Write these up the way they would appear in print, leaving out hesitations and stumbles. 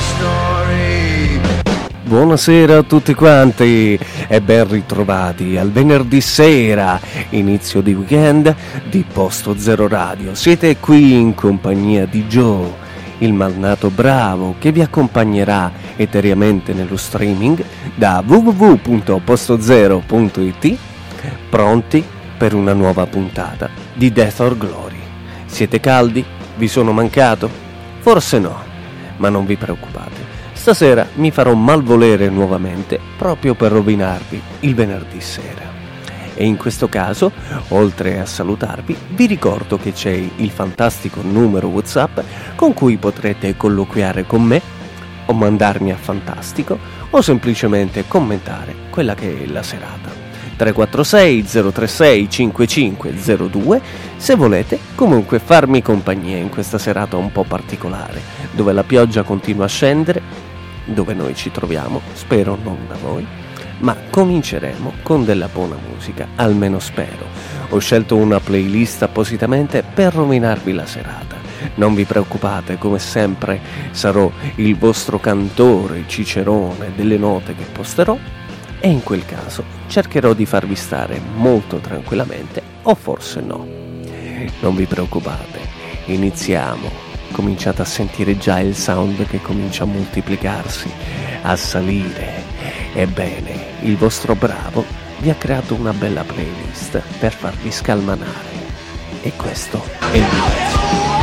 Buonasera a tutti quanti e ben ritrovati al venerdì sera, inizio di weekend di Posto Zero Radio. Siete qui in compagnia di Joe, il malnato bravo che vi accompagnerà eteriamente nello streaming da www.postozero.it, pronti per una nuova puntata di Death or Glory. Siete caldi? Vi sono mancato? Forse no, ma non vi preoccupate. Stasera mi farò malvolere nuovamente proprio per rovinarvi il venerdì sera. E in questo caso, oltre a salutarvi, vi ricordo che c'è il fantastico numero WhatsApp con cui potrete colloquiare con me o mandarmi a fantastico o semplicemente commentare quella che è la serata. 346 036 5502 se volete comunque farmi compagnia in questa serata un po' particolare, dove la pioggia continua a scendere, dove noi ci troviamo, spero non da voi, ma cominceremo con della buona musica, almeno spero. Ho scelto una playlist appositamente per rovinarvi la serata. Non vi preoccupate, come sempre sarò il vostro cantore, cicerone delle note che posterò, e in quel caso cercherò di farvi stare molto tranquillamente, o forse no. Non vi preoccupate, iniziamo. Cominciate a sentire già il sound che comincia a moltiplicarsi, a salire. Ebbene, il vostro bravo vi ha creato una bella playlist per farvi scalmanare. E questo è il inizio.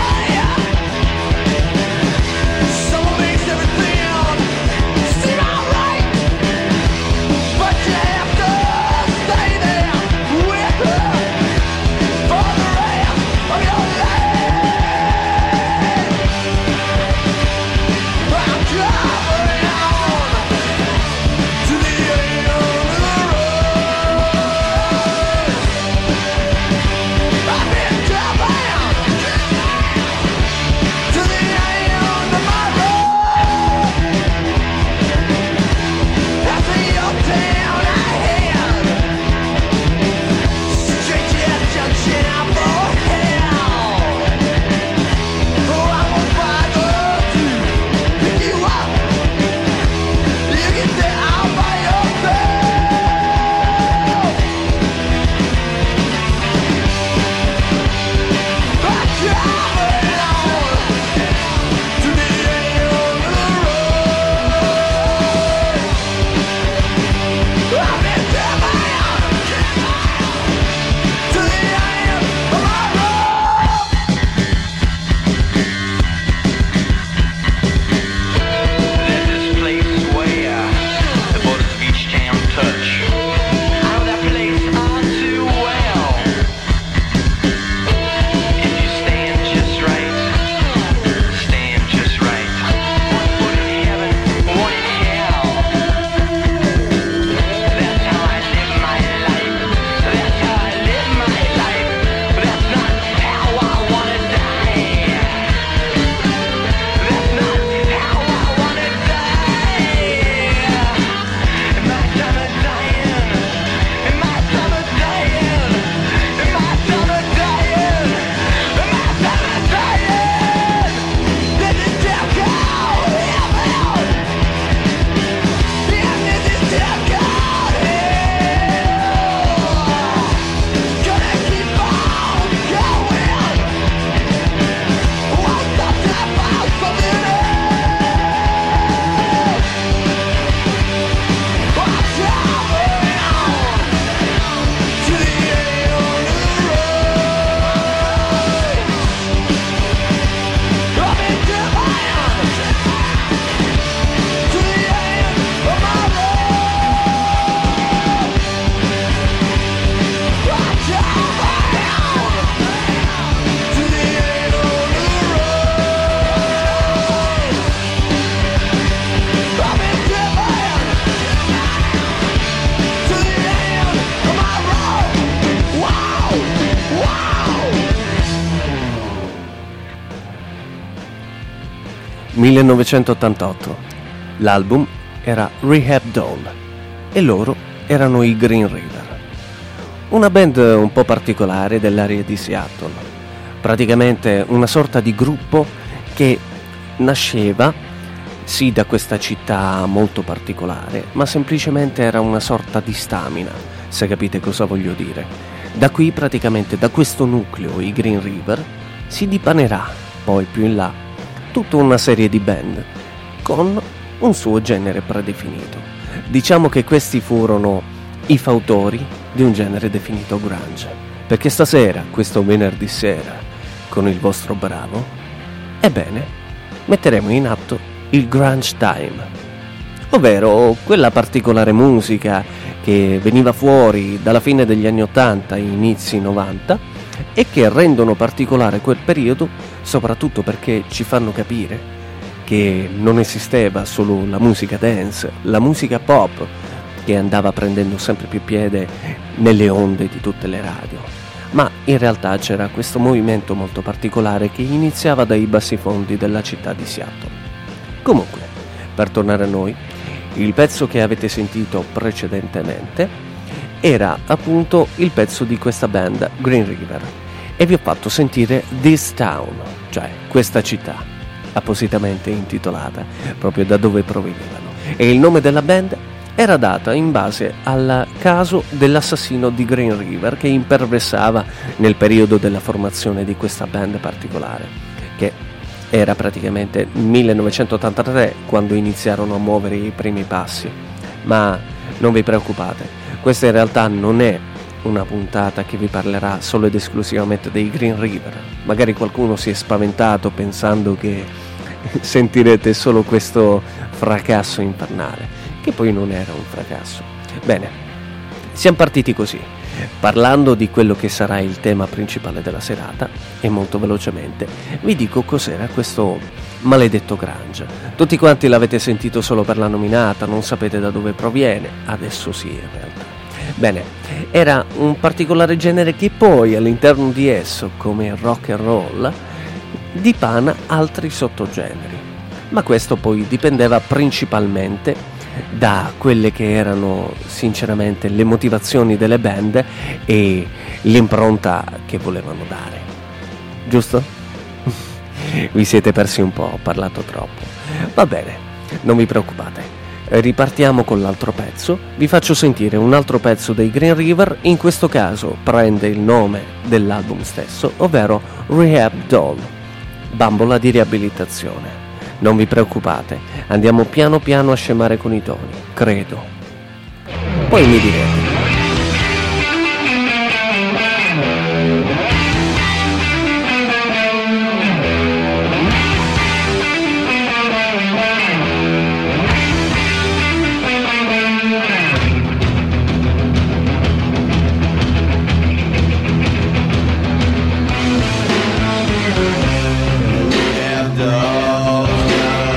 (1988). L'album era Rehab Doll e loro erano i Green River, una band un po' particolare dell'area di Seattle, praticamente una sorta di gruppo che nasceva sì da questa città molto particolare, ma semplicemente era una sorta di stamina, se capite cosa voglio dire. Da qui praticamente, da questo nucleo, i Green River, si dipanerà poi più in là tutta una serie di band con un suo genere predefinito. Diciamo che questi furono i fautori di un genere definito grunge, perché stasera, questo venerdì sera, con il vostro bravo, ebbene, metteremo in atto il grunge time, ovvero quella particolare musica che veniva fuori dalla fine degli anni 80 e inizi 90 e che rendono particolare quel periodo soprattutto perché ci fanno capire che non esisteva solo la musica dance, la musica pop che andava prendendo sempre più piede nelle onde di tutte le radio, ma in realtà c'era questo movimento molto particolare che iniziava dai bassifondi della città di Seattle. Comunque, per tornare a noi, il pezzo che avete sentito precedentemente era appunto il pezzo di questa band Green River e vi ho fatto sentire This Town, cioè questa città, appositamente intitolata proprio da dove provenivano, e il nome della band era data in base al caso dell'assassino di Green River che imperversava nel periodo della formazione di questa band particolare, che era praticamente 1983 quando iniziarono a muovere i primi passi. Ma non vi preoccupate, questa in realtà non è una puntata che vi parlerà solo ed esclusivamente dei Green River. Magari qualcuno si è spaventato pensando che sentirete solo questo fracasso infernale, che poi non era un fracasso. Bene, siamo partiti così, parlando di quello che sarà il tema principale della serata, e molto velocemente vi dico cos'era questo maledetto grunge. Tutti quanti l'avete sentito solo per la nominata, non sapete da dove proviene, adesso sì in realtà. Bene, era un particolare genere che poi all'interno di esso, come il rock and roll, dipana altri sottogeneri, ma questo poi dipendeva principalmente da quelle che erano sinceramente le motivazioni delle band e l'impronta che volevano dare. Giusto? Vi siete persi un po', ho parlato troppo. Va bene, non vi preoccupate. Ripartiamo con l'altro pezzo. Vi faccio sentire un altro pezzo dei Green River, in questo caso prende il nome dell'album stesso, ovvero Rehab Doll, bambola di riabilitazione. Non vi preoccupate, andiamo piano piano a scemare con i toni, credo. Poi mi direte.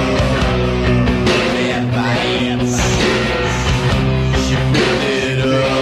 She put it up.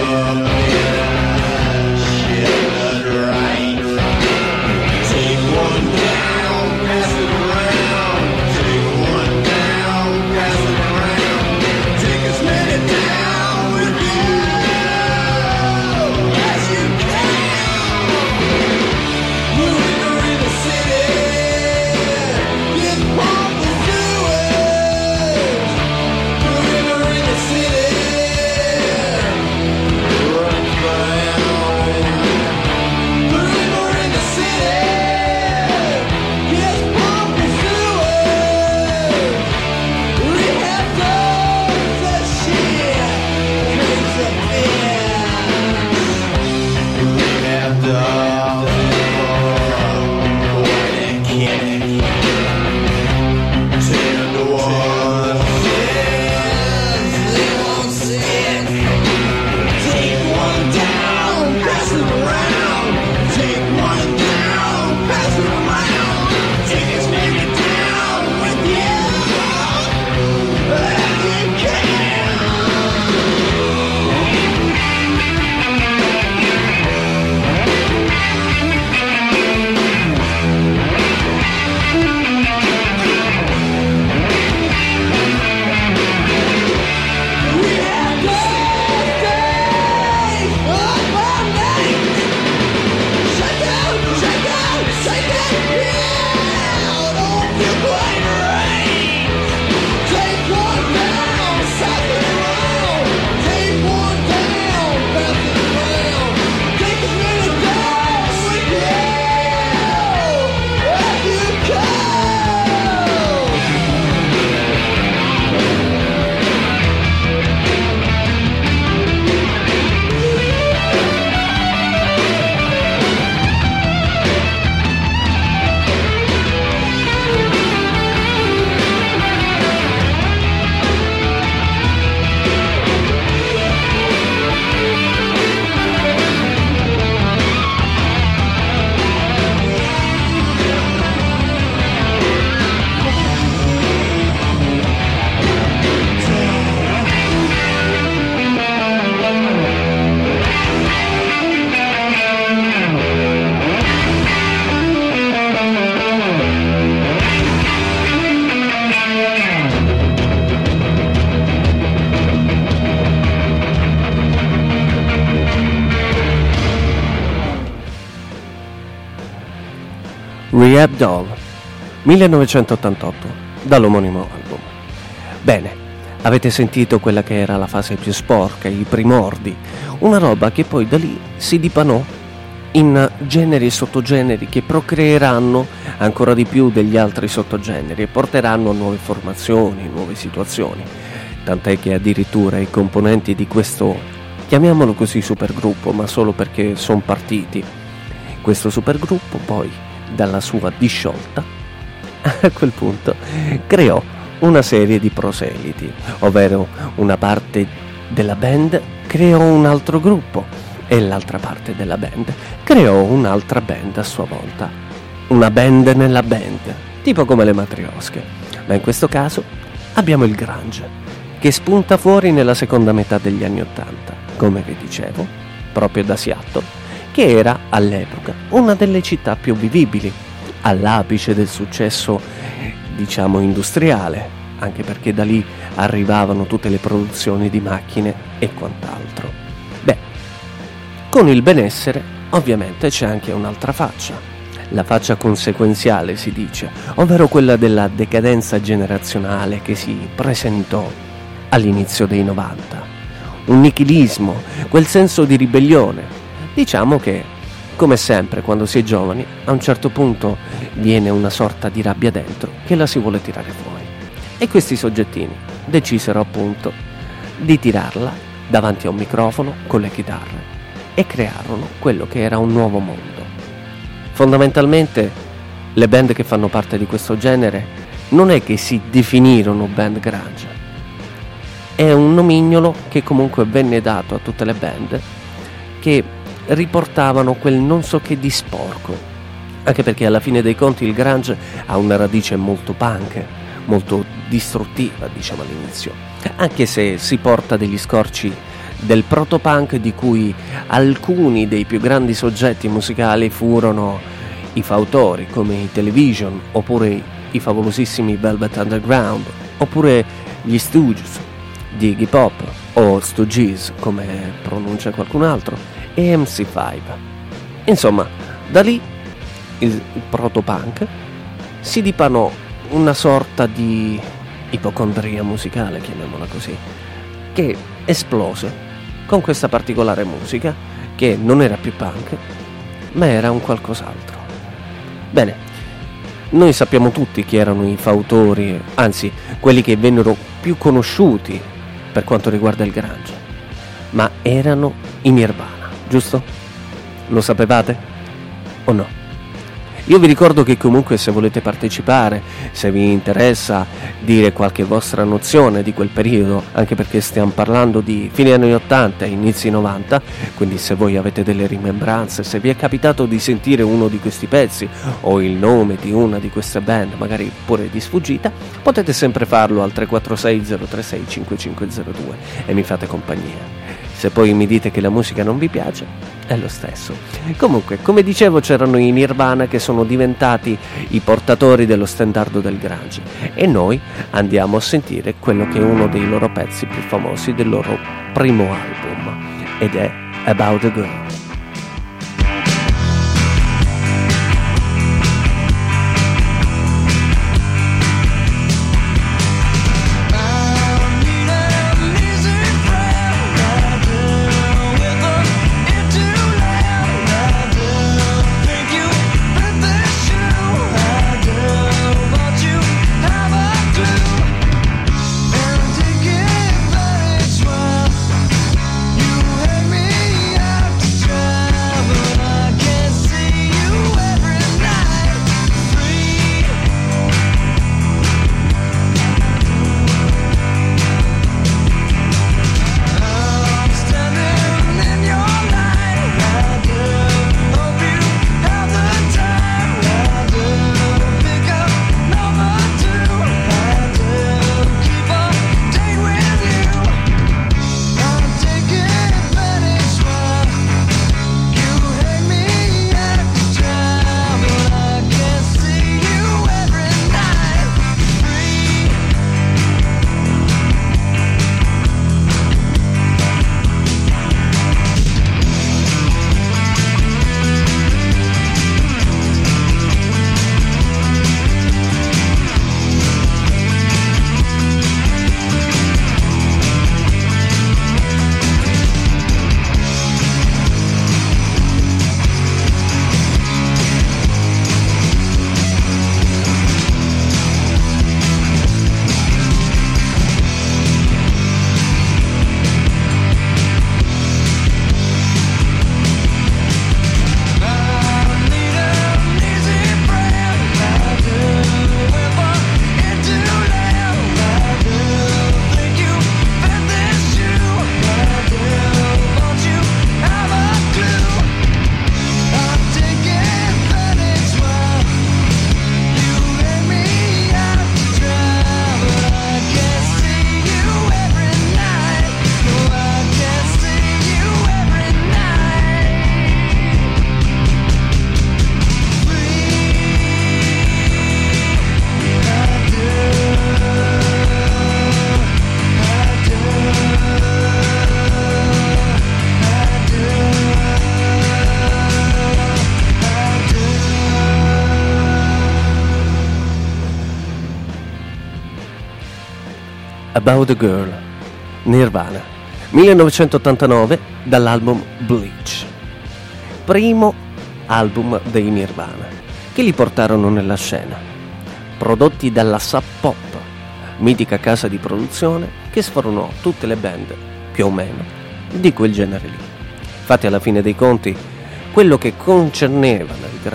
Rehab Doll, 1988, dall'omonimo album. Bene, avete sentito quella che era la fase più sporca, i primordi, una roba che poi da lì si dipanò in generi e sottogeneri che procreeranno ancora di più degli altri sottogeneri e porteranno a nuove formazioni, nuove situazioni. Tant'è che addirittura i componenti di questo, chiamiamolo così, supergruppo, ma solo perché sono partiti, questo supergruppo poi dalla sua disciolta a quel punto creò una serie di proseliti, ovvero una parte della band creò un altro gruppo e l'altra parte della band creò un'altra band a sua volta, una band nella band, tipo come le matriosche. Ma in questo caso abbiamo il grunge, che spunta fuori nella seconda metà degli anni '80, come vi dicevo, proprio da Seattle, che era all'epoca una delle città più vivibili, all'apice del successo, diciamo, industriale, anche perché da lì arrivavano tutte le produzioni di macchine e quant'altro. Beh, con il benessere ovviamente c'è anche un'altra faccia, la faccia conseguenziale si dice, ovvero quella della decadenza generazionale che si presentò all'inizio dei 90. Un nichilismo, quel senso di ribellione. Diciamo che, come sempre quando si è giovani, a un certo punto viene una sorta di rabbia dentro che la si vuole tirare fuori. E questi soggettini decisero appunto di tirarla davanti a un microfono con le chitarre e crearono quello che era un nuovo mondo. Fondamentalmente le band che fanno parte di questo genere non è che si definirono band grunge, è un nomignolo che comunque venne dato a tutte le band che riportavano quel non so che di sporco, anche perché alla fine dei conti il grunge ha una radice molto punk, molto distruttiva, diciamo all'inizio, anche se si porta degli scorci del protopunk di cui alcuni dei più grandi soggetti musicali furono i fautori come i Television, oppure i favolosissimi Velvet Underground, oppure gli Stooges di Iggy Pop o Stooges come pronuncia qualcun altro, e MC5. Insomma, da lì il protopunk si dipanò una sorta di ipocondria musicale, chiamiamola così, che esplose con questa particolare musica che non era più punk, ma era un qualcos'altro. Bene, noi sappiamo tutti chi erano i fautori, anzi, quelli che vennero più conosciuti per quanto riguarda il grunge, ma erano i Nirvana, giusto? Lo sapevate? O no? Io vi ricordo che comunque se volete partecipare, se vi interessa dire qualche vostra nozione di quel periodo, anche perché stiamo parlando di fine anni 80 e inizi 90, quindi se voi avete delle rimembranze, se vi è capitato di sentire uno di questi pezzi o il nome di una di queste band, magari pure di sfuggita, potete sempre farlo al 346 036 5502 e mi fate compagnia. Se poi mi dite che la musica non vi piace, è lo stesso. Comunque, come dicevo, c'erano i Nirvana che sono diventati i portatori dello standard del grunge e noi andiamo a sentire quello che è uno dei loro pezzi più famosi del loro primo album, ed è About a Girl. To About a Girl, Nirvana, 1989, dall'album Bleach, primo album dei Nirvana, che li portarono nella scena, prodotti dalla Sub Pop, mitica casa di produzione che sfornò tutte le band, più o meno, di quel genere lì. Infatti alla fine dei conti, quello che concerneva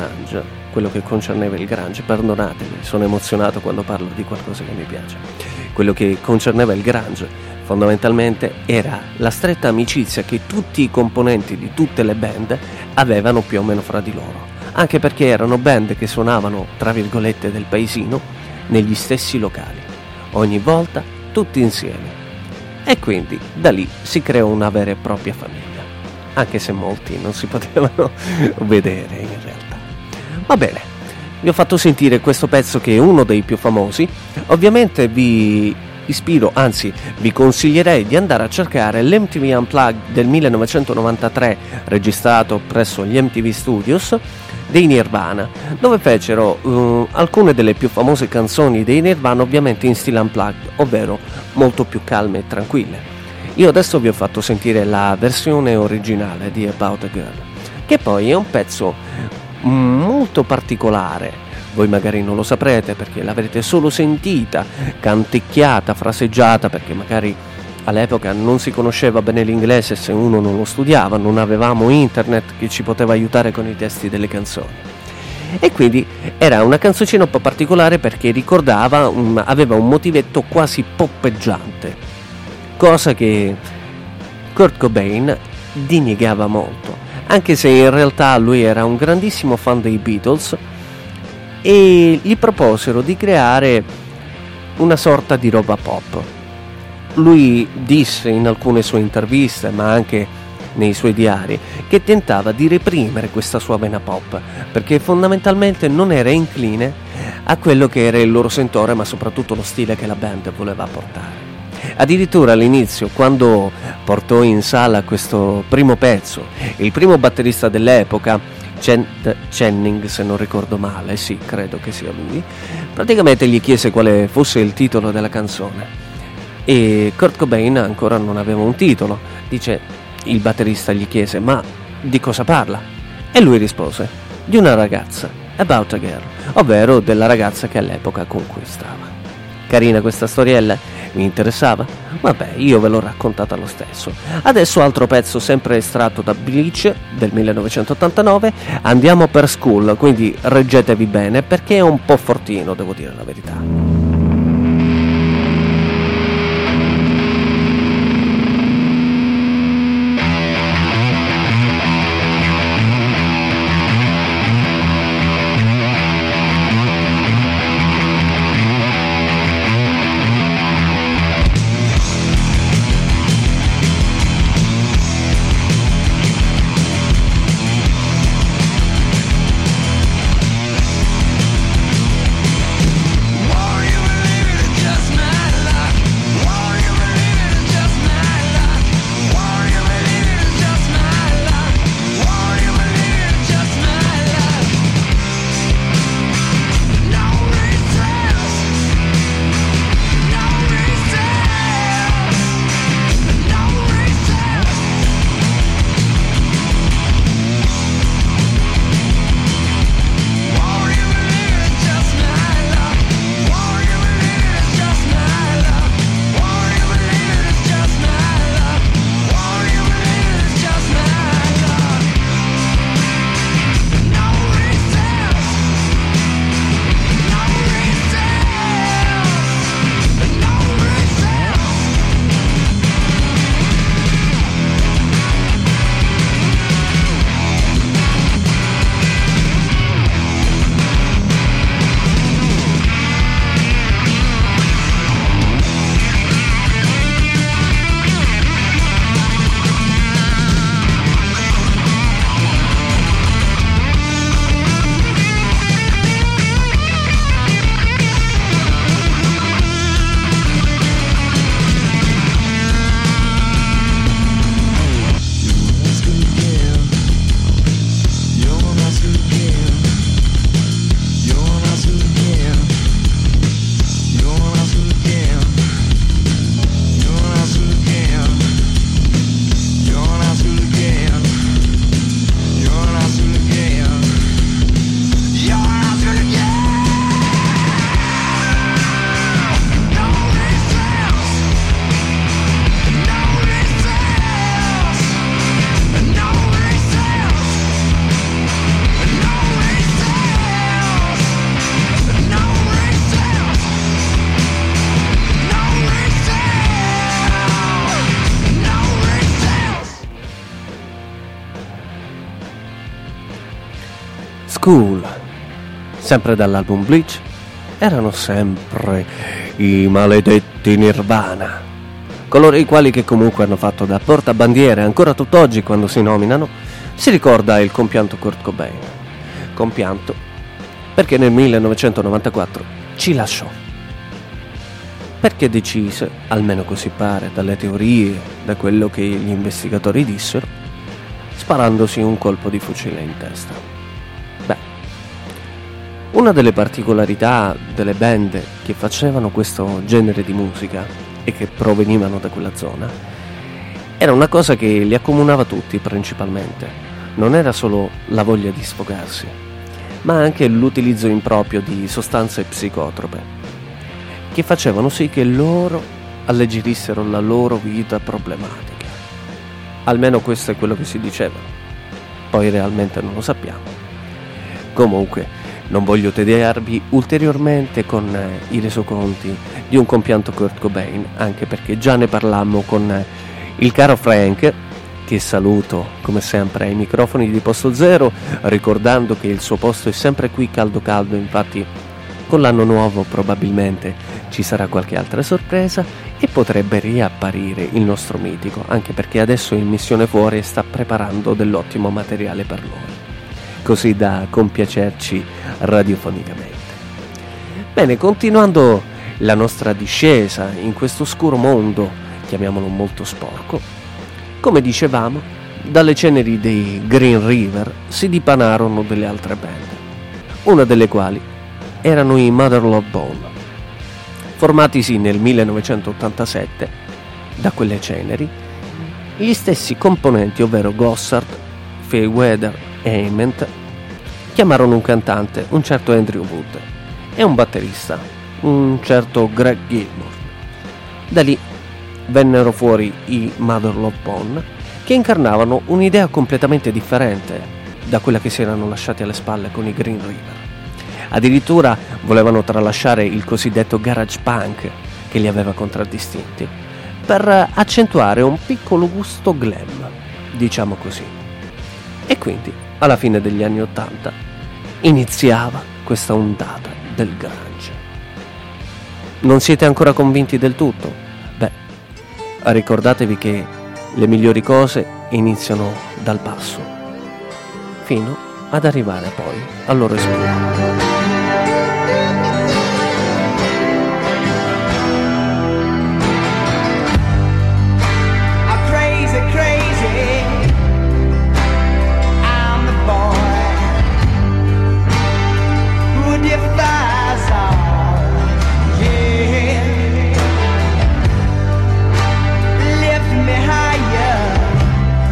il grunge, perdonatemi, sono emozionato quando parlo di qualcosa che mi piace, quello che concerneva il grunge fondamentalmente era la stretta amicizia che tutti i componenti di tutte le band avevano più o meno fra di loro, anche perché erano band che suonavano, tra virgolette, del paesino negli stessi locali, ogni volta tutti insieme, e quindi da lì si creò una vera e propria famiglia, anche se molti non si potevano vedere in realtà. Va bene, vi ho fatto sentire questo pezzo che è uno dei più famosi. Ovviamente vi ispiro, anzi vi consiglierei di andare a cercare l'MTV Unplugged del 1993 registrato presso gli MTV Studios dei Nirvana, dove fecero alcune delle più famose canzoni dei Nirvana, ovviamente in stile unplugged, ovvero molto più calme e tranquille. Io adesso vi ho fatto sentire la versione originale di About a Girl, che poi è un pezzo molto particolare. Voi magari non lo saprete perché l'avrete solo sentita, canticchiata, fraseggiata, perché magari all'epoca non si conosceva bene l'inglese se uno non lo studiava, non avevamo internet che ci poteva aiutare con i testi delle canzoni. E quindi era una canzoncina un po' particolare perché ricordava, aveva un motivetto quasi poppeggiante, cosa che Kurt Cobain denegava molto, anche se in realtà lui era un grandissimo fan dei Beatles, e gli proposero di creare una sorta di roba pop. Lui disse in alcune sue interviste, ma anche nei suoi diari, che tentava di reprimere questa sua vena pop, perché fondamentalmente non era incline a quello che era il loro sentore, ma soprattutto lo stile che la band voleva portare. Addirittura all'inizio, quando portò in sala questo primo pezzo, il primo batterista dell'epoca, Channing, se non ricordo male, sì, credo che sia lui, praticamente gli chiese quale fosse il titolo della canzone, e Kurt Cobain ancora non aveva un titolo. Il batterista gli chiese: ma di cosa parla? E lui rispose: di una ragazza, About a Girl, ovvero della ragazza che all'epoca conquistava. Carina questa storiella? Mi interessava? Vabbè, io ve l'ho raccontata lo stesso. Adesso altro pezzo sempre estratto da Bleach del 1989, andiamo per School, quindi reggetevi bene perché è un po' fortino, devo dire la verità. Warrior School, sempre dall'album Bleach, erano sempre i maledetti Nirvana, coloro i quali che comunque hanno fatto da portabandiere ancora tutt'oggi quando si nominano. Si ricorda il compianto Kurt Cobain, compianto perché nel 1994 ci lasciò, perché decise, almeno così pare dalle teorie, da quello che gli investigatori dissero, sparandosi un colpo di fucile in testa. Beh, una delle particolarità delle band che facevano questo genere di musica e che provenivano da quella zona era una cosa che li accomunava tutti principalmente. Non era solo la voglia di sfogarsi, ma anche l'utilizzo improprio di sostanze psicotrope che facevano sì che loro alleggerissero la loro vita problematica. Almeno questo è quello che si diceva, poi realmente non lo sappiamo. Comunque non voglio tediarvi ulteriormente con i resoconti di un compianto Kurt Cobain, anche perché già ne parlammo con il caro Frank, che saluto come sempre ai microfoni di Posto Zero, ricordando che il suo posto è sempre qui caldo caldo. Infatti con l'anno nuovo probabilmente ci sarà qualche altra sorpresa e potrebbe riapparire il nostro mitico, anche perché adesso in missione fuori sta preparando dell'ottimo materiale per noi, così da compiacerci radiofonicamente. Bene, continuando la nostra discesa in questo oscuro mondo, chiamiamolo molto sporco, come dicevamo, dalle ceneri dei Green River si dipanarono delle altre band, una delle quali erano i Mother Love Bone, formatisi nel 1987 da quelle ceneri. Gli stessi componenti, ovvero Gossard, Fairweather e Ament, chiamarono un cantante, un certo Andrew Wood, e un batterista, un certo Greg Gilmour. Da lì vennero fuori i Mother Love Bone, che incarnavano un'idea completamente differente da quella che si erano lasciati alle spalle con i Green River. Addirittura volevano tralasciare il cosiddetto garage punk che li aveva contraddistinti, per accentuare un piccolo gusto glam, diciamo così. E quindi, alla fine degli anni '80, iniziava questa ondata del grunge. Non siete ancora convinti del tutto? Beh, ricordatevi che le migliori cose iniziano dal basso, fino ad arrivare poi al loro esplosione.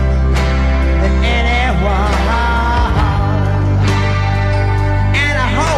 And I hope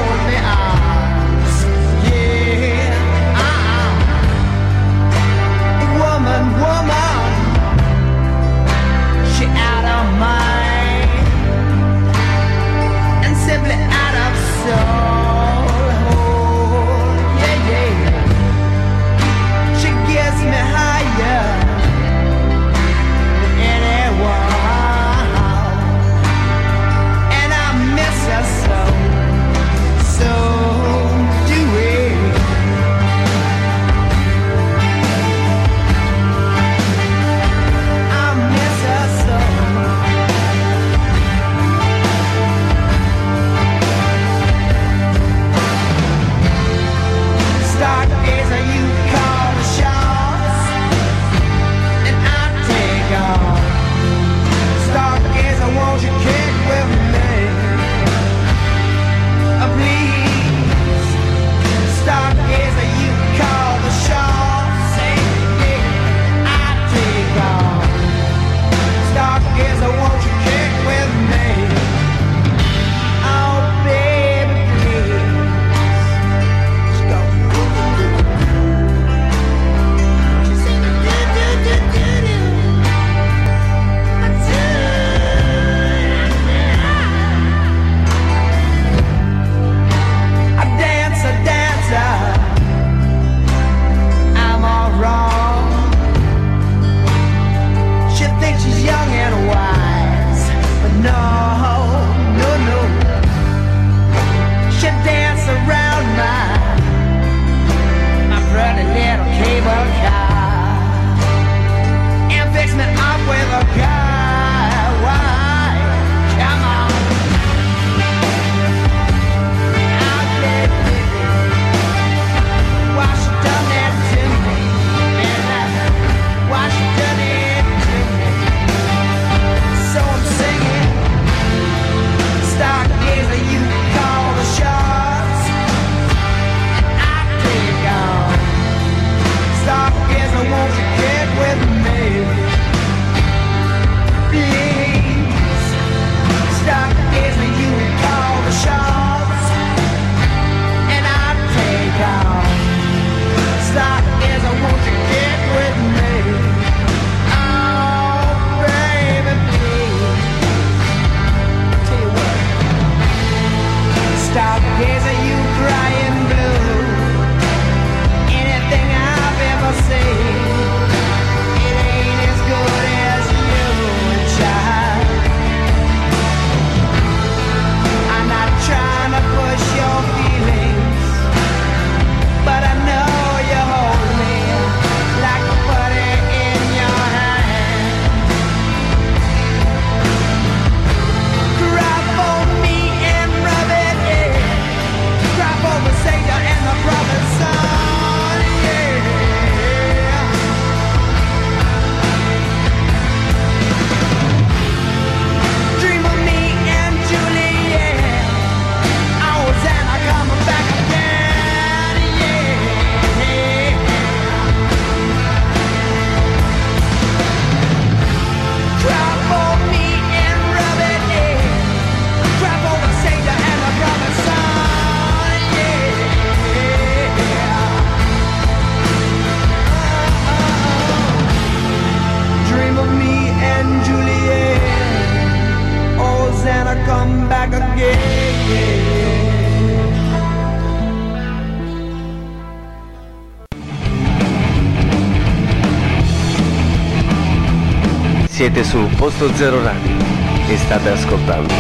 Siete su Posto Zero Radio e state ascoltando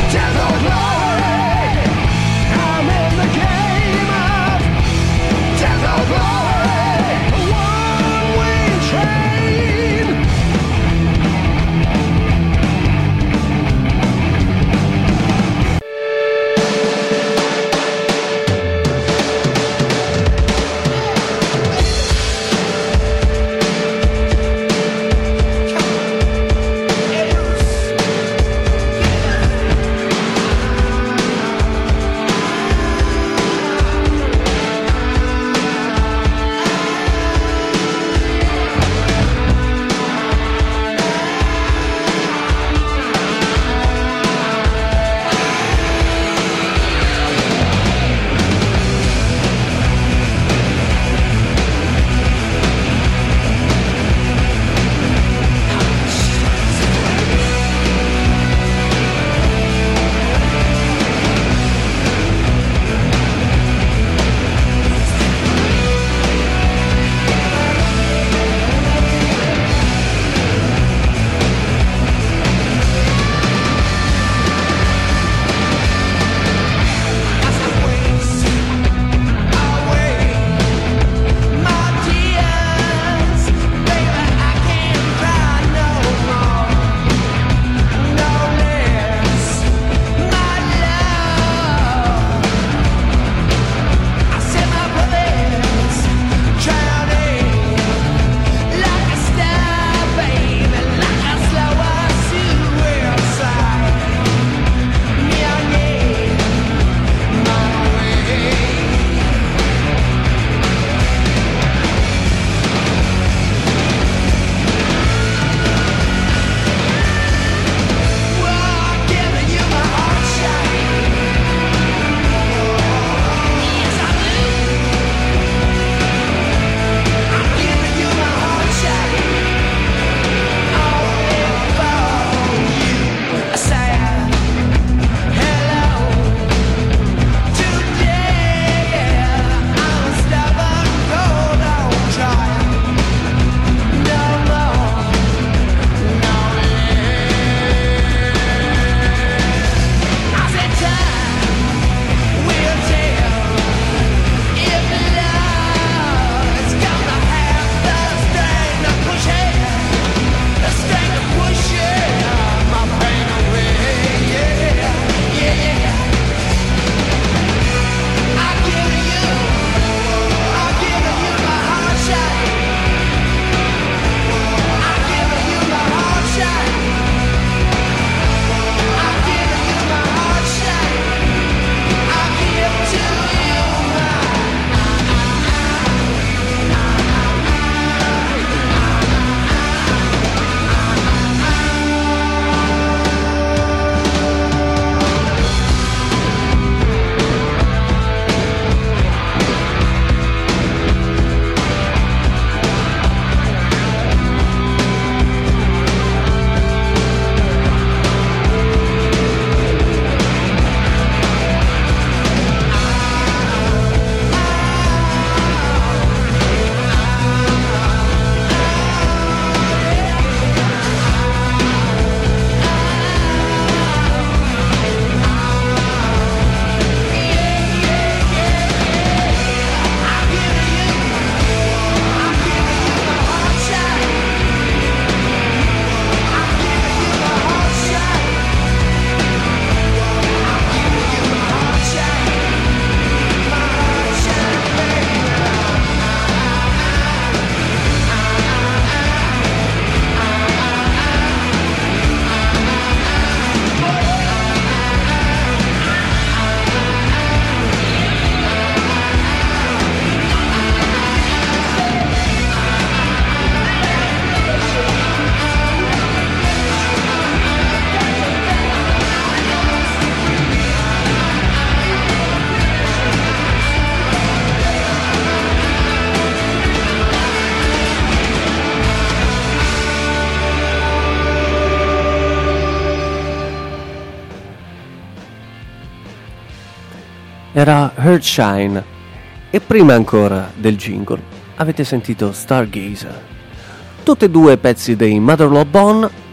era Earthshine e prima ancora del jingle avete sentito Stargazer, tutti e due pezzi dei Mother Love Bone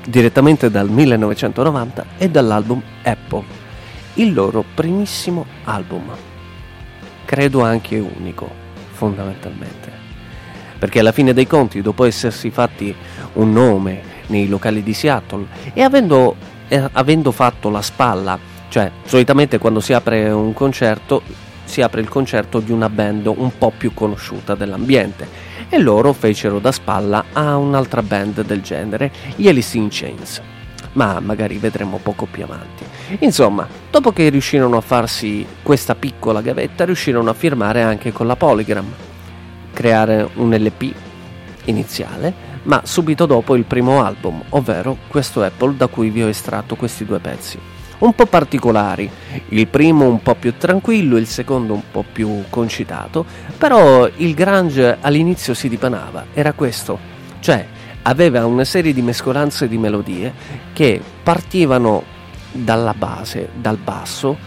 direttamente dal 1990 e dall'album Apple, il loro primissimo album, credo anche unico fondamentalmente, perché alla fine dei conti, dopo essersi fatti un nome nei locali di Seattle e avendo fatto la spalla, cioè solitamente quando si apre un concerto si apre il concerto di una band un po' più conosciuta dell'ambiente, e loro fecero da spalla a un'altra band del genere, gli Alice in Chains, ma magari vedremo poco più avanti. Insomma, dopo che riuscirono a farsi questa piccola gavetta, riuscirono a firmare anche con la Polygram, creare un LP iniziale, ma subito dopo il primo album, ovvero questo Apple, da cui vi ho estratto questi due pezzi un po' particolari, il primo un po' più tranquillo, il secondo un po' più concitato, però il grunge all'inizio si dipanava, era questo, cioè aveva una serie di mescolanze di melodie che partivano dalla base, dal basso,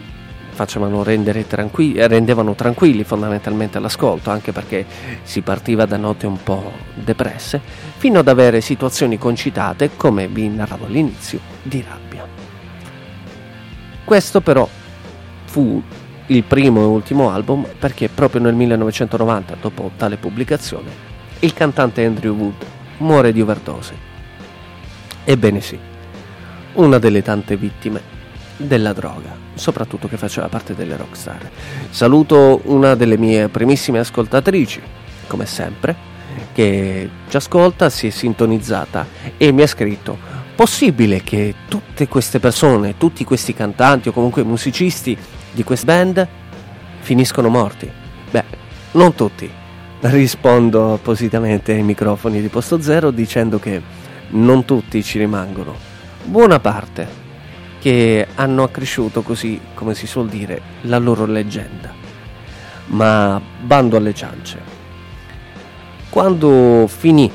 rendevano tranquilli fondamentalmente l'ascolto, anche perché si partiva da note un po' depresse, fino ad avere situazioni concitate, come vi narravo all'inizio, di rabbia. Questo però fu il primo e ultimo album, perché proprio nel 1990, dopo tale pubblicazione, il cantante Andrew Wood muore di overdose. Ebbene sì, una delle tante vittime della droga, soprattutto che faceva parte delle rockstar. Saluto una delle mie primissime ascoltatrici, come sempre, che ci ascolta, si è sintonizzata e mi ha scritto: possibile che tutte queste persone, tutti questi cantanti o comunque musicisti di queste band finiscono morti? Beh, non tutti. Rispondo appositamente ai microfoni di Posto Zero dicendo che non tutti ci rimangono, buona parte, che hanno accresciuto, così come si suol dire, la loro leggenda. Ma bando alle ciance. Quando finì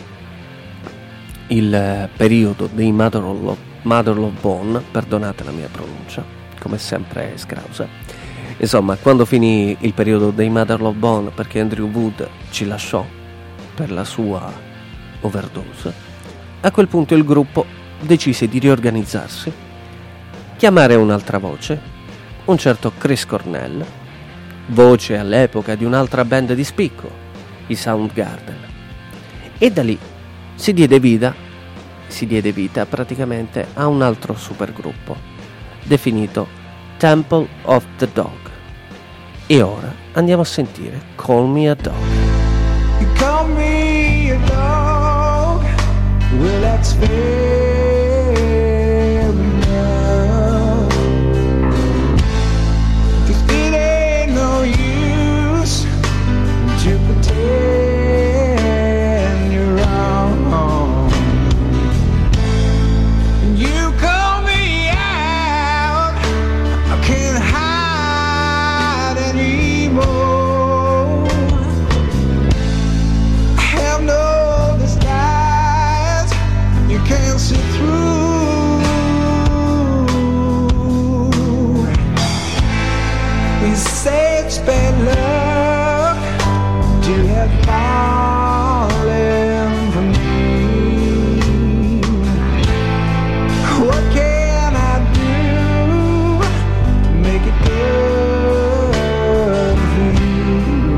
il periodo dei Mother of Bone, perdonate la mia pronuncia, come sempre è scrausa, insomma, quando finì il periodo dei Mother of Bone, perché Andrew Wood ci lasciò per la sua overdose, a quel punto il gruppo decise di riorganizzarsi, chiamare un'altra voce, un certo Chris Cornell, voce all'epoca di un'altra band di spicco, i Soundgarden, e da lì si diede vita praticamente a un altro supergruppo definito Temple of the Dog. E ora andiamo a sentire Call Me a Dog. You call me a dog, well that's fair enough, 'cause it ain't no use to pretend you're wrong. You call me out, I can't hide anymore. I have no disguise, you can't see through. We say it's bad luck to have fallen for me. What can I do to make it good for you?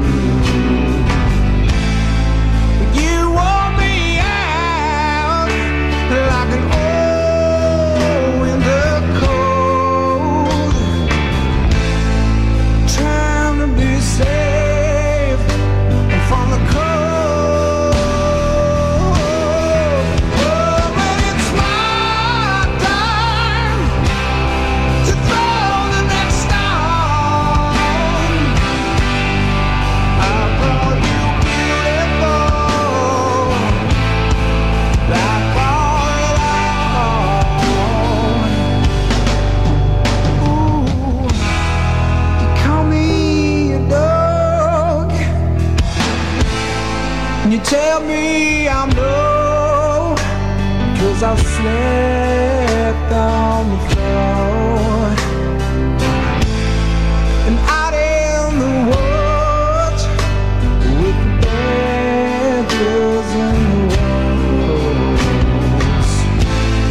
You want me out like an old winter cold, trying to be safe from the cold. Oh, but it's my time to throw the next stone. I call you beautiful, like all alone. Ooh, you call me a dog, and you tell me I'm low, 'cause I've slept on the floor. And out in the woods with the bears in the woods.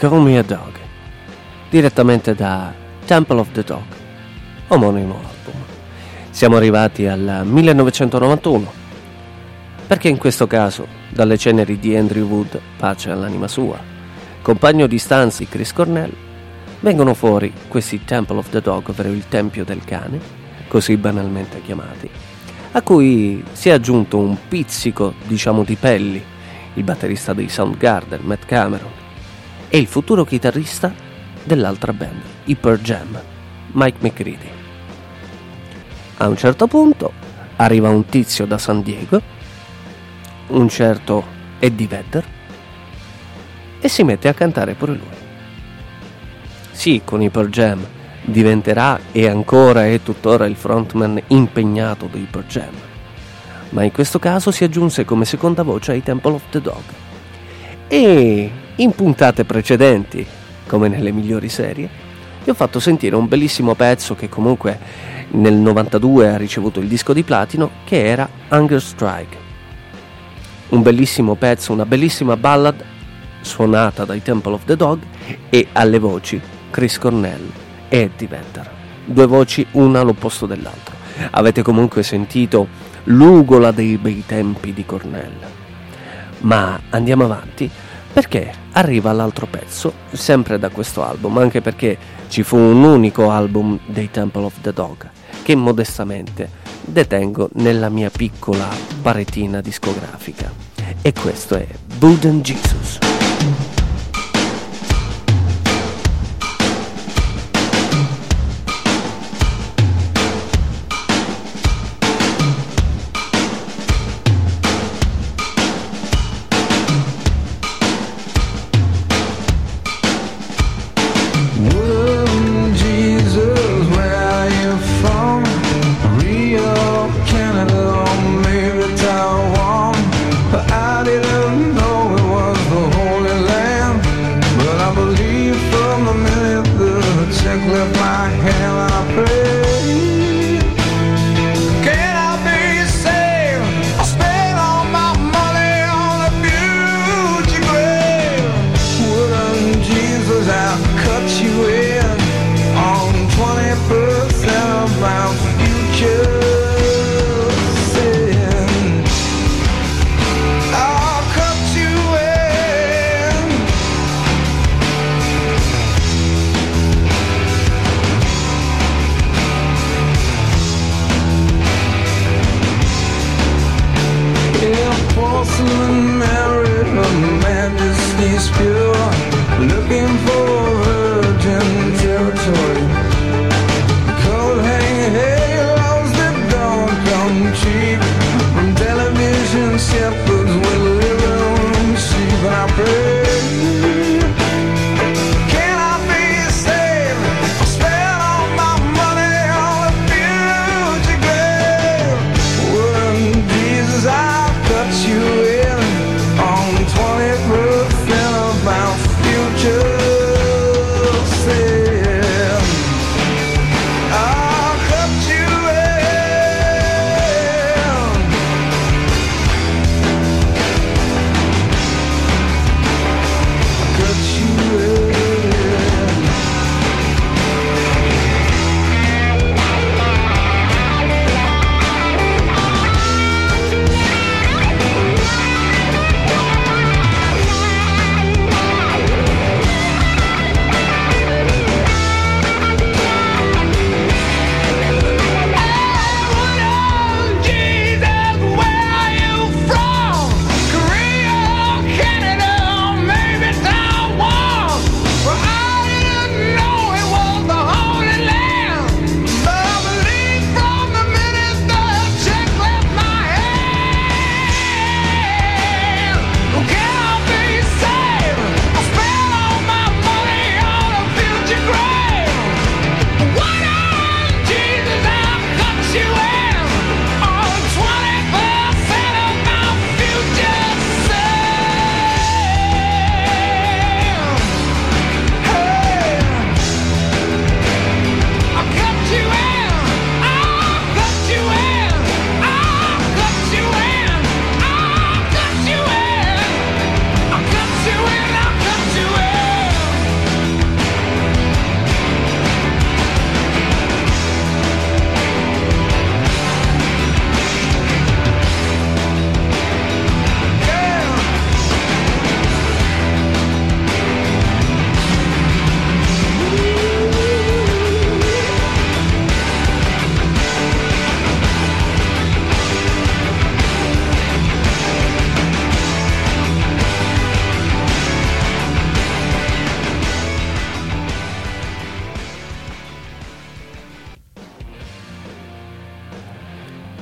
Call Me a Dog, direttamente da Temple of the Dog, omonimo album. Siamo arrivati al 1991, perché in questo caso, dalle ceneri di Andrew Wood, pace all'anima sua, compagno di stanza di Chris Cornell, vengono fuori questi Temple of the Dog, ovvero il Tempio del Cane, così banalmente chiamati, a cui si è aggiunto un pizzico, diciamo, di Pelli, il batterista dei Soundgarden, Matt Cameron, e il futuro chitarrista dell'altra band, i Pearl Jam, Mike McCready. A un certo punto arriva un tizio da San Diego, un certo Eddie Vedder, e si mette a cantare pure lui. Sì, con i Pearl Jam diventerà e ancora è tuttora il frontman impegnato dei Pearl Jam, ma in questo caso si aggiunse come seconda voce ai Temple of the Dog. E in puntate precedenti, come nelle migliori serie, vi ho fatto sentire un bellissimo pezzo che comunque nel 92 ha ricevuto il disco di platino, che era Hunger Strike. Un bellissimo pezzo, una bellissima ballad suonata dai Temple of the Dog e alle voci Chris Cornell e Eddie Vedder, due voci una all'opposto dell'altro. Avete comunque sentito l'ugola dei bei tempi di Cornell. Ma andiamo avanti, perché arriva l'altro pezzo, sempre da questo album, anche perché ci fu un unico album dei Temple of the Dog che modestamente detengo nella mia piccola paretina discografica, e questo è Wooden Jesus.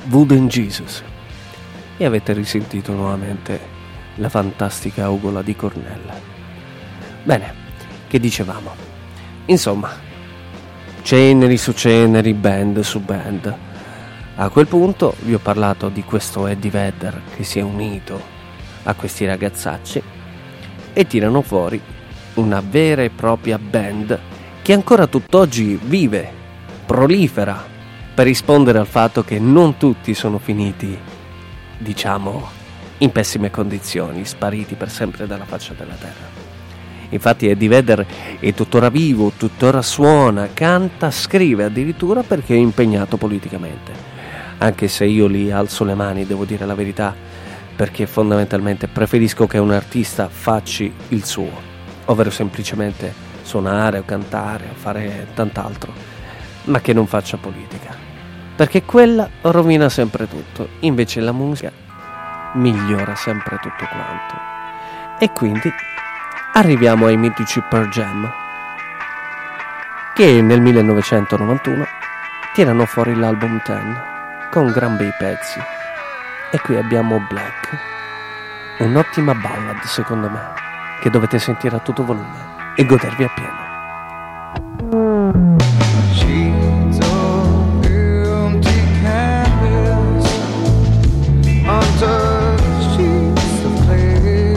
Wooden Jesus. E avete risentito nuovamente la fantastica ugola di Cornella. Bene, che dicevamo? Insomma, ceneri su ceneri, band su band. A quel punto vi ho parlato di questo Eddie Vedder che si è unito a questi ragazzacci e tirano fuori una vera e propria band che ancora tutt'oggi vive, prolifera, per rispondere al fatto che non tutti sono finiti, diciamo, in pessime condizioni, spariti per sempre dalla faccia della terra. Infatti Eddie Vedder è tuttora vivo, tuttora suona, canta, scrive addirittura perché è impegnato politicamente. Anche se io lì alzo le mani, devo dire la verità, perché fondamentalmente preferisco che un artista faccia il suo, ovvero semplicemente suonare o cantare o fare tant'altro, ma che non faccia politica, perché quella rovina sempre tutto, invece la musica migliora sempre tutto quanto. E quindi arriviamo ai mitici Pearl Jam, che nel 1991 tirano fuori l'album 10 con gran bei pezzi. E qui abbiamo Black, un'ottima ballad secondo me, che dovete sentire a tutto volume e godervi appieno. Sheets of empty canvas, untouched sheets of clay,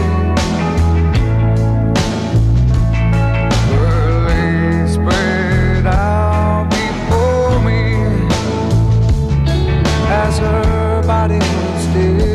were spread out before me as her body was still.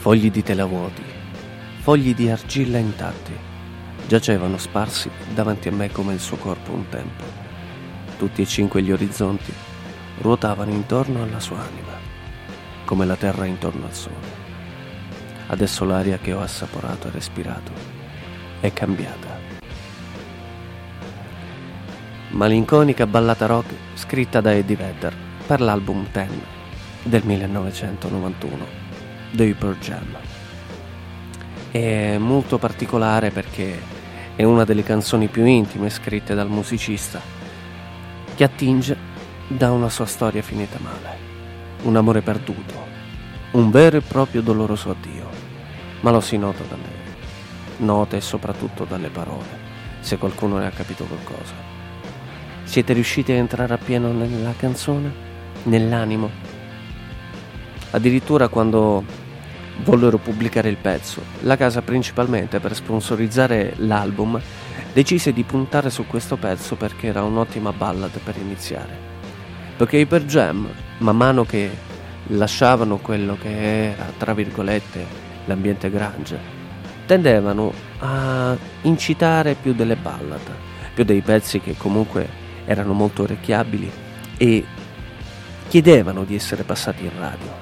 fogli di tela vuoti, fogli di argilla intatti, giacevano sparsi davanti a me come il suo corpo un tempo. Tutti e 5 gli orizzonti ruotavano intorno alla sua anima, come la terra intorno al sole. Adesso l'aria che ho assaporato e respirato è cambiata. Malinconica ballata rock scritta da Eddie Vedder per l'album Ten del 1991, The Pearl Jam. È molto particolare perché è una delle canzoni più intime scritte dal musicista, che attinge da una sua storia finita male, un amore perduto, un vero e proprio doloroso addio, ma lo si nota dalle note e soprattutto dalle parole, se qualcuno ne ha capito qualcosa. Siete riusciti a entrare appieno nella canzone? Nell'animo? Addirittura quando vollero pubblicare il pezzo, la casa, principalmente per sponsorizzare l'album, decise di puntare su questo pezzo perché era un'ottima ballad per iniziare. Perché i Pearl Jam, man mano che lasciavano quello che era, tra virgolette, l'ambiente grunge, tendevano a incitare più delle ballad, più dei pezzi che comunque erano molto orecchiabili e chiedevano di essere passati in radio.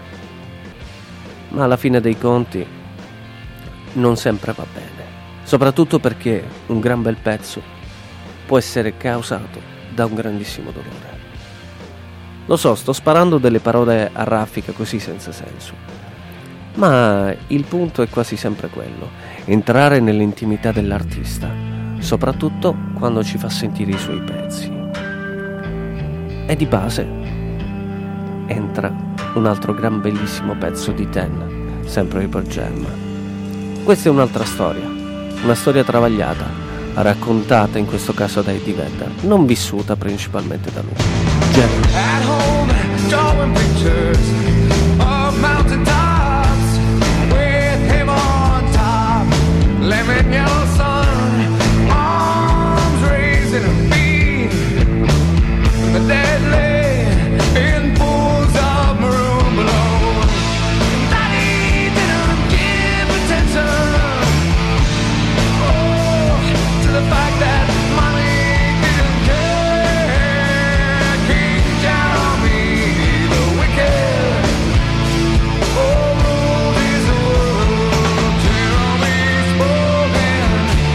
Ma alla fine dei conti non sempre va bene, soprattutto perché un gran bel pezzo può essere causato da un grandissimo dolore. Lo so, sto sparando delle parole a raffica così senza senso, ma il punto è quasi sempre quello: entrare nell'intimità dell'artista, soprattutto quando ci fa sentire i suoi pezzi. E di base entra un altro gran bellissimo pezzo di Ten, sempre i Pearl Jam. Questa è un'altra storia, una storia travagliata, raccontata in questo caso da Eddie Vedder, non vissuta principalmente da lui. At home, drawing pictures of mountain tops with him on top, lemon yellow sun, arms raised in a beam, the deadly in pools of maroon below. Daddy didn't give attention, oh, to the fact that mommy didn't care. King down on me, the wicked, oh, ruled his world, terribly spoken.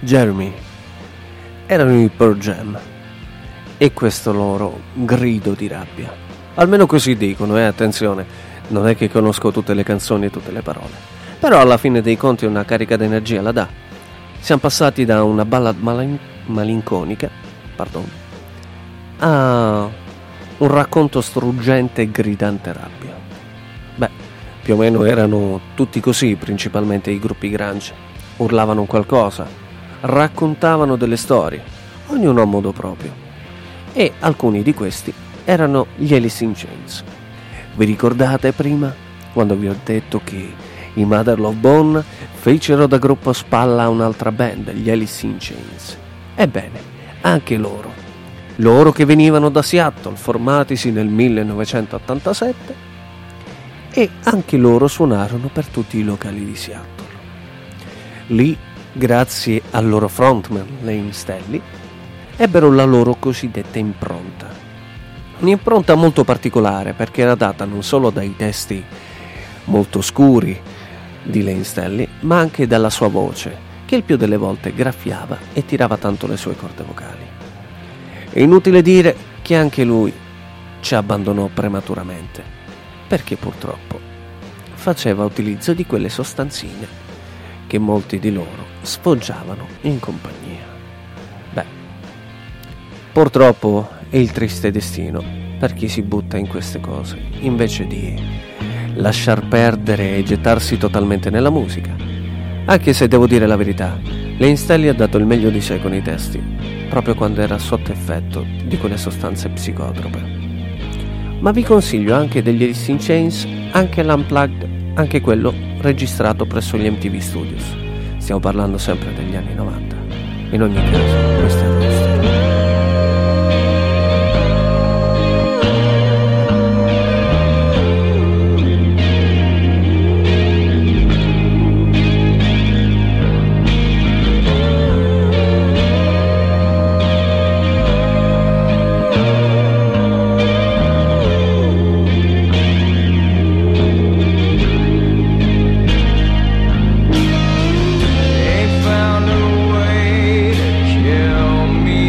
Jeremy erano i Pearl Jam e questo loro grido di rabbia. Almeno così dicono, attenzione, non è che conosco tutte le canzoni e tutte le parole, però alla fine dei conti una carica d'energia la dà. Siamo passati da una ballad malinconica, a un racconto struggente e gridante rabbia. Beh, più o meno erano tutti così, principalmente i gruppi grunge. Urlavano qualcosa, raccontavano delle storie, ognuno a modo proprio. E alcuni di questi erano gli Alice in Chains. Vi ricordate prima, quando vi ho detto che i Mother Love Bone fecero da gruppo spalla a un'altra band, gli Alice in Chains? Ebbene, anche loro che venivano da Seattle, formatisi nel 1987, e anche loro suonarono per tutti i locali di Seattle. Lì, grazie al loro frontman Lane Staley, ebbero la loro cosiddetta impronta. Un'impronta molto particolare perché era data non solo dai testi molto scuri di Lane Staley, ma anche dalla sua voce, che il più delle volte graffiava e tirava tanto le sue corde vocali. È inutile dire che anche lui ci abbandonò prematuramente, perché purtroppo faceva utilizzo di quelle sostanzine che molti di loro sfoggiavano in compagnia. Beh, purtroppo è il triste destino per chi si butta in queste cose, invece di lasciar perdere e gettarsi totalmente nella musica. Anche se devo dire la verità, Lane Staley ha dato il meglio di sé con i testi, proprio quando era sotto effetto di quelle sostanze psicotrope. Ma vi consiglio anche degli Alice in Chains, anche l'Unplugged, anche quello registrato presso gli MTV Studios. Stiamo parlando sempre degli anni 90. In ogni caso, questo è il nostro. They found a way to kill me.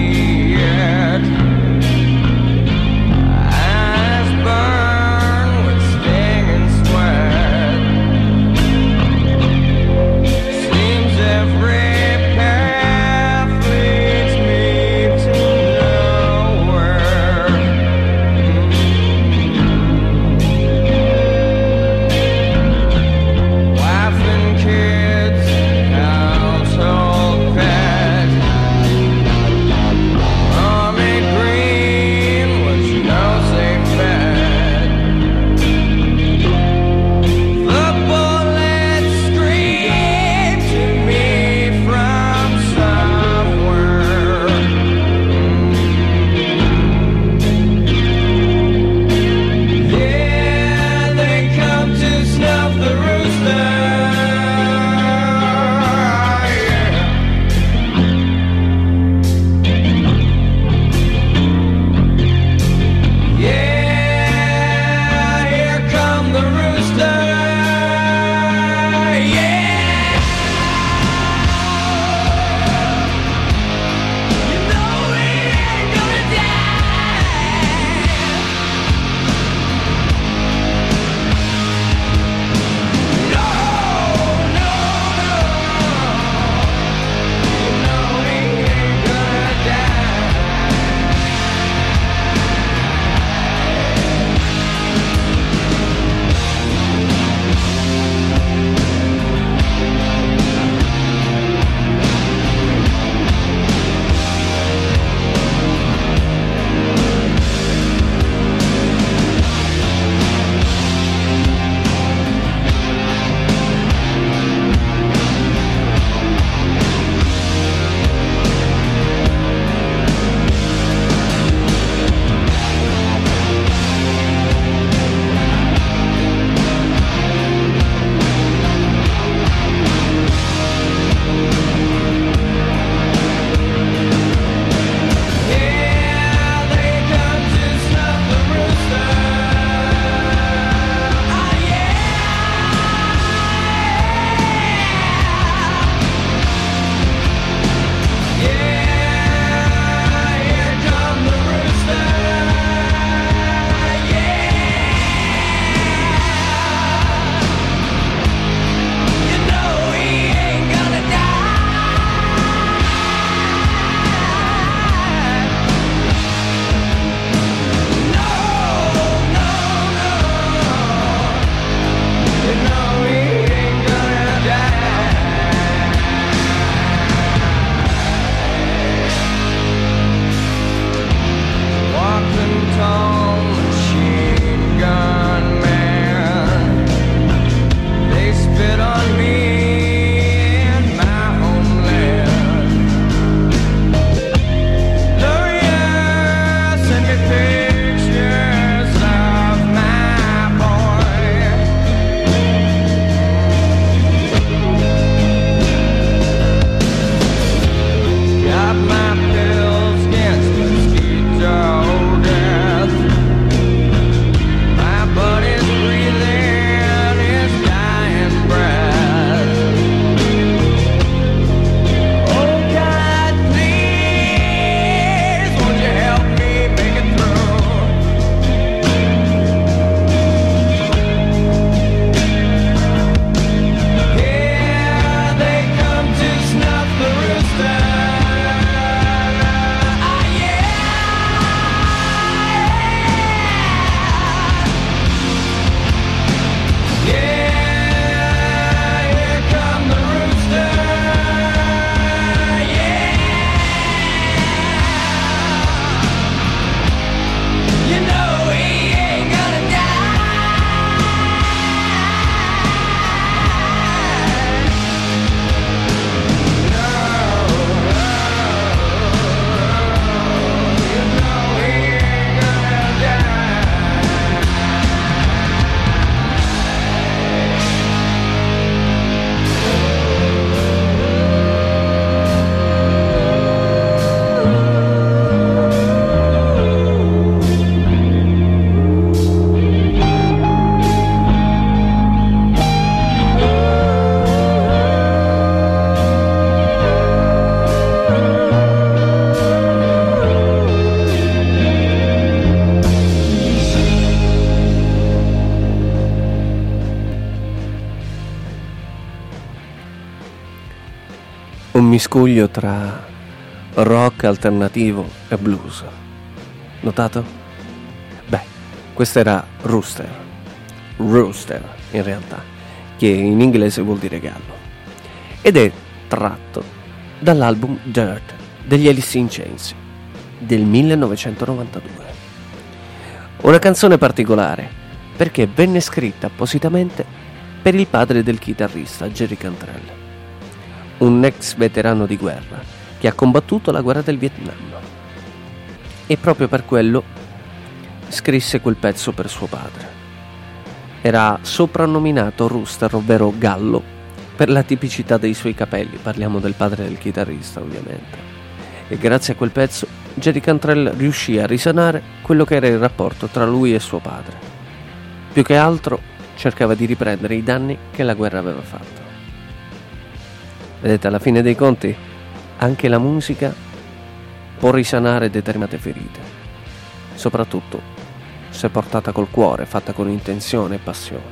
miscuglio tra rock alternativo e blues. Notato? Beh, questo era Rooster in realtà, che in inglese vuol dire gallo, ed è tratto dall'album Dirt degli Alice in Chains del 1992. Una canzone particolare perché venne scritta appositamente per il padre del chitarrista Jerry Cantrell, un ex veterano di guerra che ha combattuto la guerra del Vietnam, e proprio per quello scrisse quel pezzo per suo padre. Era soprannominato Rooster, ovvero gallo, per la tipicità dei suoi capelli, parliamo del padre del chitarrista ovviamente, e grazie a quel pezzo Jerry Cantrell riuscì a risanare quello che era il rapporto tra lui e suo padre. Più che altro cercava di riprendere i danni che la guerra aveva fatto. Vedete, alla fine dei conti anche la musica può risanare determinate ferite, soprattutto se portata col cuore, fatta con intenzione e passione.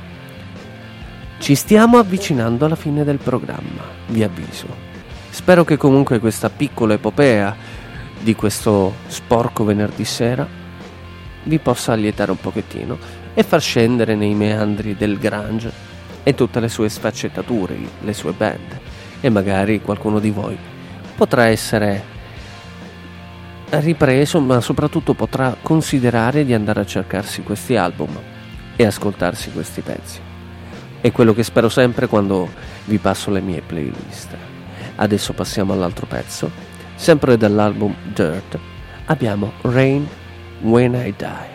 Ci stiamo avvicinando alla fine del programma, vi avviso. Spero che comunque questa piccola epopea di questo sporco venerdì sera vi possa allietare un pochettino e far scendere nei meandri del grunge e tutte le sue sfaccettature, le sue band, e magari qualcuno di voi potrà essere ripreso, ma soprattutto potrà considerare di andare a cercarsi questi album e ascoltarsi questi pezzi. È quello che spero sempre quando vi passo le mie playlist. Adesso passiamo all'altro pezzo, sempre dall'album Dirt. Abbiamo Rain When I Die.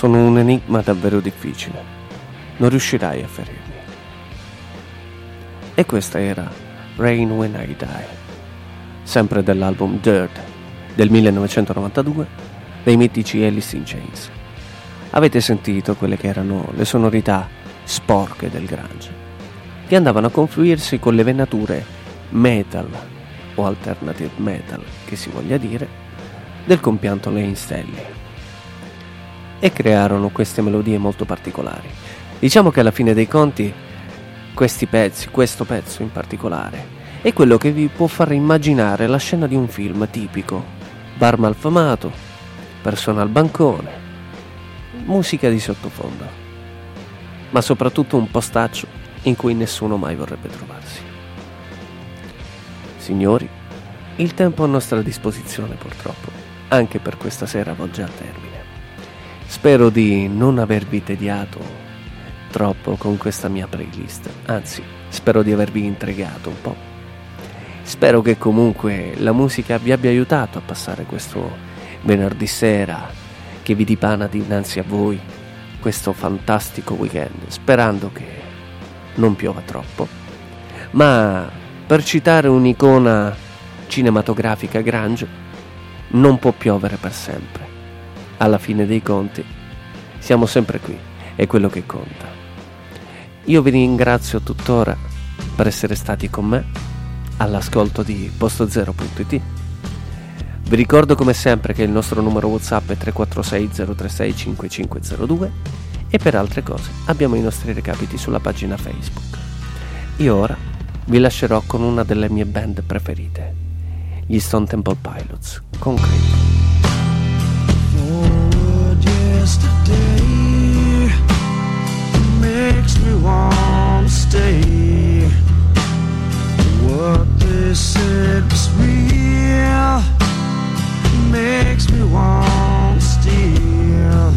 Sono un enigma davvero difficile. Non riuscirai a ferirmi. E questa era Rain When I Die, sempre dell'album Dirt del 1992 dei mitici Alice in Chains. Avete sentito quelle che erano le sonorità sporche del grunge, che andavano a confluirsi con le venature metal o alternative metal, che si voglia dire, del compianto Layne Staley, e crearono queste melodie molto particolari. Diciamo che alla fine dei conti questo pezzo in particolare, è quello che vi può far immaginare la scena di un film tipico: bar malfamato, persone al bancone, musica di sottofondo, ma soprattutto un postaccio in cui nessuno mai vorrebbe trovarsi. Signori, il tempo a nostra disposizione purtroppo, anche per questa sera, volge a termine. Spero di non avervi tediato troppo con questa mia playlist, anzi, spero di avervi intrigato un po'. Spero che comunque la musica vi abbia aiutato a passare questo venerdì sera che vi dipana dinanzi a voi, questo fantastico weekend, sperando che non piova troppo. Ma per citare un'icona cinematografica grunge, non può piovere per sempre. Alla fine dei conti siamo sempre qui, è quello che conta. Io vi ringrazio tuttora per essere stati con me all'ascolto di postozero.it. Vi ricordo come sempre che il nostro numero WhatsApp è 346 036 5502 e per altre cose abbiamo i nostri recapiti sulla pagina Facebook. Io ora vi lascerò con una delle mie band preferite, gli Stone Temple Pilots, con Creep. Makes me want to stay. What they said was real. Makes me want to steal.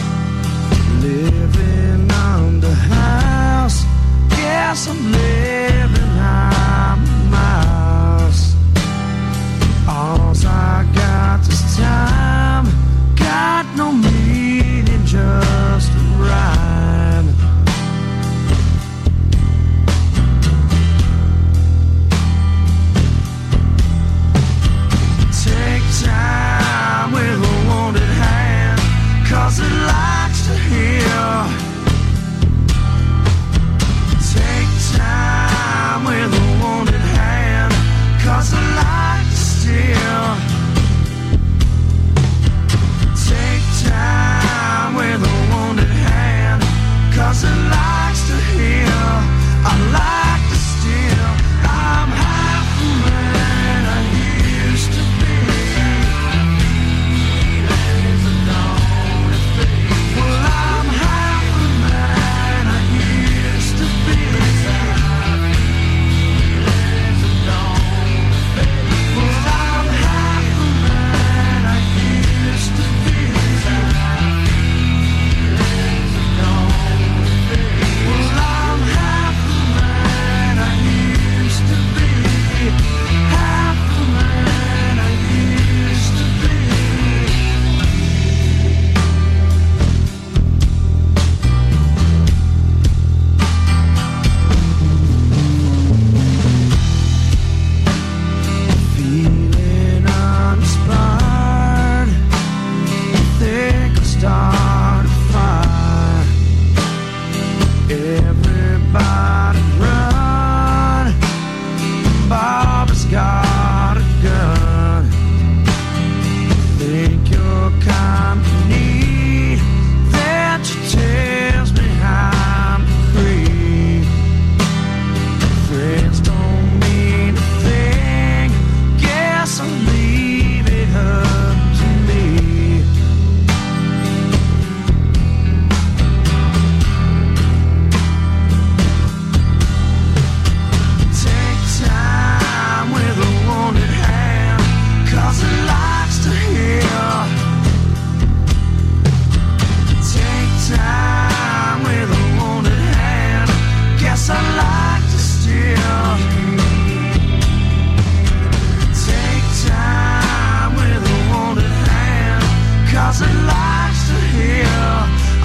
Living under house. Guess I'm living on Mars. All I got is time. Got no meaning, just a rhyme. Time with a wounded hand, 'cause it likes to heal. Take time with a wounded hand, 'cause it likes to steal.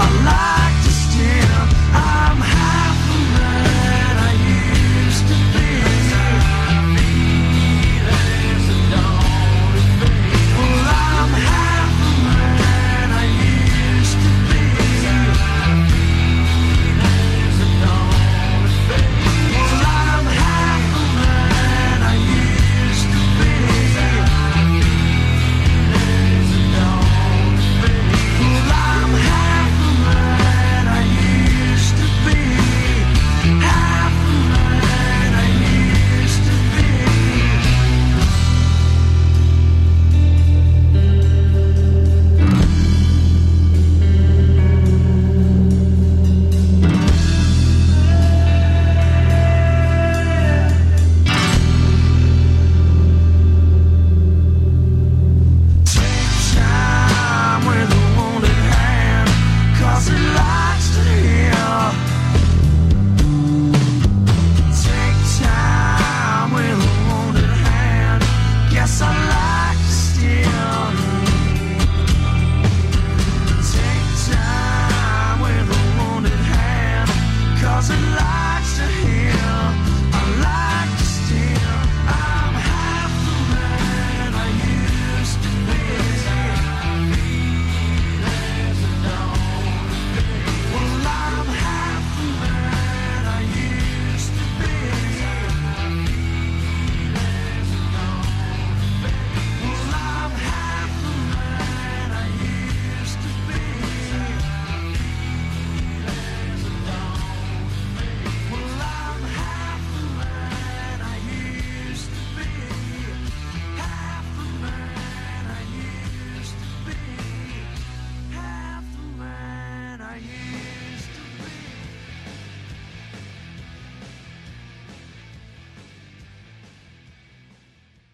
my life.